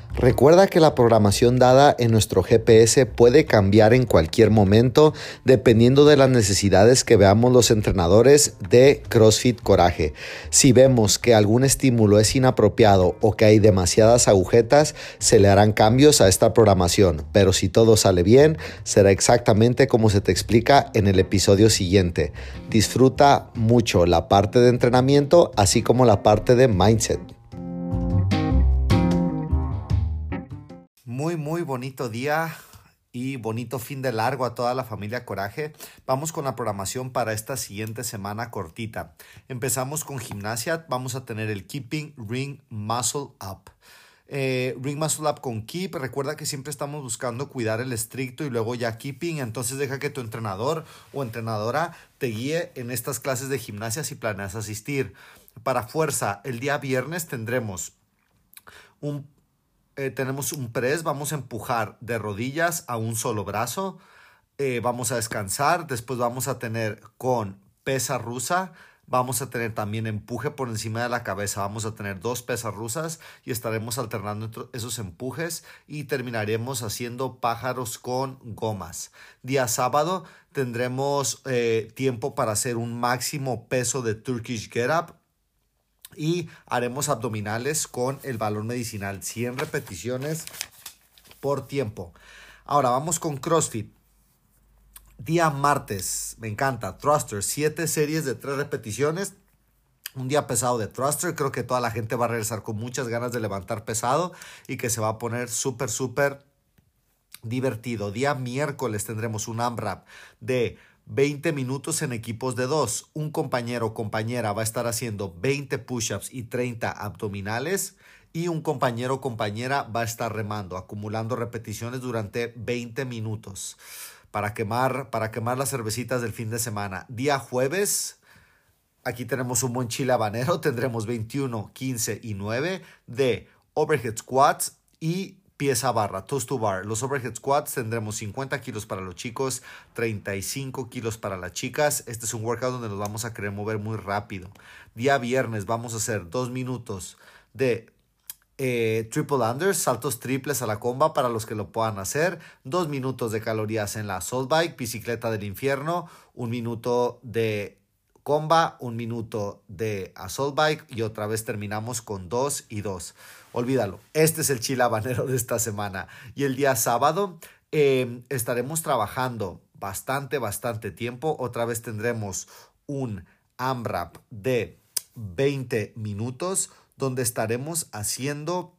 Recuerda que la programación dada en nuestro GPS puede cambiar en cualquier momento dependiendo de las necesidades que veamos los entrenadores de CrossFit Coraje. Si vemos que algún estímulo es inapropiado o que hay demasiadas agujetas, se le harán cambios a esta programación, pero si todo sale bien, será exactamente como se te explica en el episodio siguiente. Disfruta mucho la parte de entrenamiento, así como la parte de mindset. Muy bonito día y bonito fin de largo a toda la familia Coraje. Vamos con la programación para esta siguiente semana cortita. Empezamos con gimnasia. Vamos a tener el Keeping Ring Muscle Up. Ring Muscle Up con Keep. Recuerda que siempre estamos buscando cuidar el estricto y luego ya Keeping. Entonces deja que tu entrenador o entrenadora te guíe en estas clases de gimnasia si planeas asistir. Para fuerza, el día viernes tendremos tenemos un press, vamos a empujar de rodillas a un solo brazo, vamos a descansar, después vamos a tener con pesa rusa, vamos a tener también empuje por encima de la cabeza, vamos a tener 2 pesas rusas y estaremos alternando esos empujes y terminaremos haciendo pájaros con gomas. Día sábado tendremos tiempo para hacer un máximo peso de Turkish Get Up, y haremos abdominales con el balón medicinal, 100 repeticiones por tiempo. Ahora vamos con CrossFit. Día martes, me encanta, thruster, 7 series de 3 repeticiones. Un día pesado de thruster, creo que toda la gente va a regresar con muchas ganas de levantar pesado y que se va a poner súper divertido. Día miércoles tendremos un AMRAP de 20 minutos en equipos de 2. Un compañero o compañera va a estar haciendo 20 push-ups y 30 abdominales. Y un compañero o compañera va a estar remando, acumulando repeticiones durante 20 minutos. Para quemar las cervecitas del fin de semana. Día jueves, aquí tenemos un buen chile habanero. Tendremos 21, 15 y 9 de overhead squats y pieza barra, toes to bar. Los overhead squats tendremos 50 kilos para los chicos, 35 kilos para las chicas. Este es un workout donde nos vamos a querer mover muy rápido. Día viernes vamos a hacer 2 minutos de triple unders, saltos triples a la comba para los que lo puedan hacer. 2 minutos de calorías en la assault bike, bicicleta del infierno. 1 minuto de comba, 1 minuto de assault bike y otra vez terminamos con 2 y 2. Olvídalo, este es el chile habanero de esta semana. Y el día sábado estaremos trabajando bastante tiempo. Otra vez tendremos un AMRAP de 20 minutos donde estaremos haciendo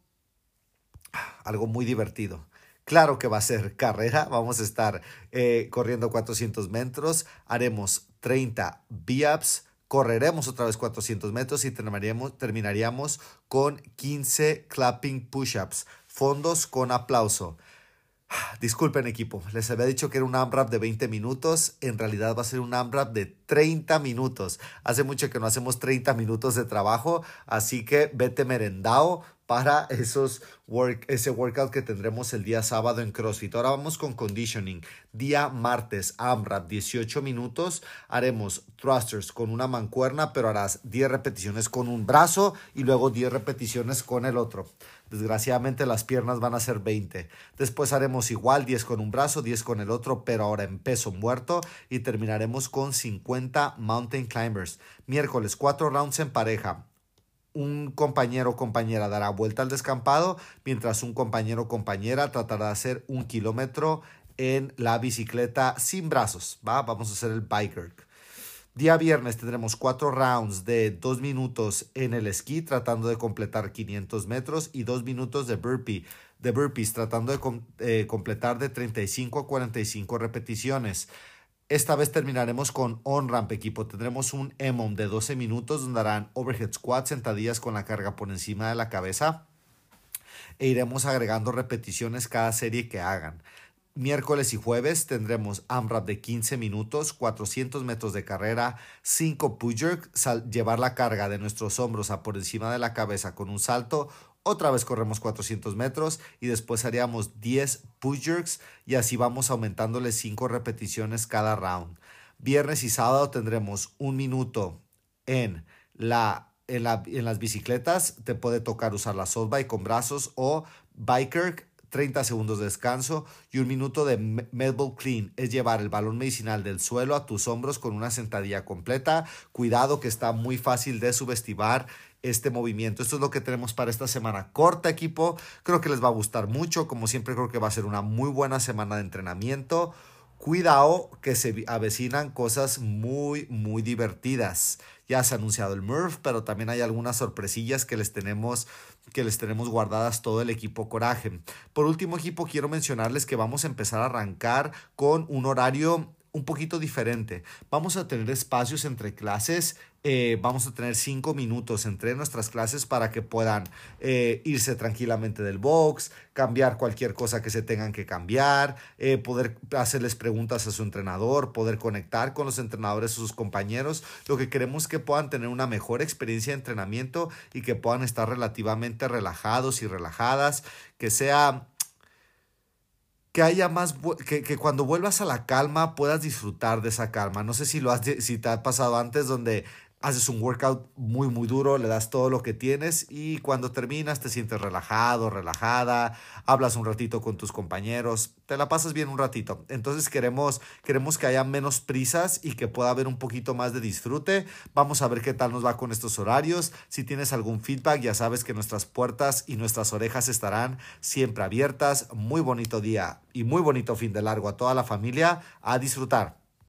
algo muy divertido. Claro que va a ser carrera, vamos a estar corriendo 400 metros, haremos 30 V-ups, correremos otra vez 400 metros y terminaríamos con 15 clapping push-ups, fondos con aplauso. Disculpen equipo, les había dicho que era un AMRAP de 20 minutos, en realidad va a ser un AMRAP de 30 minutos. Hace mucho que no hacemos 30 minutos de trabajo, así que vete merendado para ese workout que tendremos el día sábado en CrossFit. Ahora vamos con conditioning. Día martes, AMRAP, 18 minutos. Haremos thrusters con una mancuerna, pero harás 10 repeticiones con un brazo y luego 10 repeticiones con el otro. Desgraciadamente las piernas van a ser 20. Después haremos igual 10 con un brazo, 10 con el otro, pero ahora en peso muerto y terminaremos con 50 mountain climbers. Miércoles, 4 rounds en pareja. Un compañero o compañera dará vuelta al descampado, mientras un compañero o compañera tratará de hacer 1 kilómetro en la bicicleta sin brazos. Vamos a hacer el biker. Día viernes tendremos 4 rounds de 2 minutos en el esquí tratando de completar 500 metros y 2 minutos de burpees tratando de completar de 35 a 45 repeticiones. Esta vez terminaremos con on-ramp equipo. Tendremos un EMOM de 12 minutos donde harán overhead squats, sentadillas con la carga por encima de la cabeza e iremos agregando repeticiones cada serie que hagan. Miércoles y jueves tendremos AMRAP de 15 minutos, 400 metros de carrera, 5 push-jerks, llevar la carga de nuestros hombros a por encima de la cabeza con un salto. Otra vez corremos 400 metros y después haríamos 10 push-jerks y así vamos aumentándole 5 repeticiones cada round. Viernes y sábado tendremos 1 minuto en la en las bicicletas te puede tocar usar la soft bike con brazos o biker, 30 segundos de descanso y un minuto de medball clean. Es llevar el balón medicinal del suelo a tus hombros con una sentadilla completa. Cuidado que está muy fácil de subestimar este movimiento. Esto es lo que tenemos para esta semana corta, equipo. Creo que les va a gustar mucho. Como siempre, creo que va a ser una muy buena semana de entrenamiento. Cuidado que se avecinan cosas muy divertidas. Ya se ha anunciado el Murph, pero también hay algunas sorpresillas que les tenemos guardadas todo el equipo Coraje. Por último, equipo, quiero mencionarles que vamos a empezar a arrancar con un horario un poquito diferente. Vamos a tener espacios entre clases, vamos a tener 5 minutos entre nuestras clases para que puedan irse tranquilamente del box, cambiar cualquier cosa que se tengan que cambiar, poder hacerles preguntas a su entrenador, poder conectar con los entrenadores o sus compañeros. Lo que queremos es que puedan tener una mejor experiencia de entrenamiento y que puedan estar relativamente relajados y relajadas, que haya más, que cuando vuelvas a la calma puedas disfrutar de esa calma. No sé si te ha pasado antes donde haces un workout muy duro, le das todo lo que tienes y cuando terminas te sientes relajado, relajada, hablas un ratito con tus compañeros, te la pasas bien un ratito. Entonces queremos que haya menos prisas y que pueda haber un poquito más de disfrute. Vamos a ver qué tal nos va con estos horarios. Si tienes algún feedback, ya sabes que nuestras puertas y nuestras orejas estarán siempre abiertas. Muy bonito día y muy bonito fin de largo a toda la familia. A disfrutar.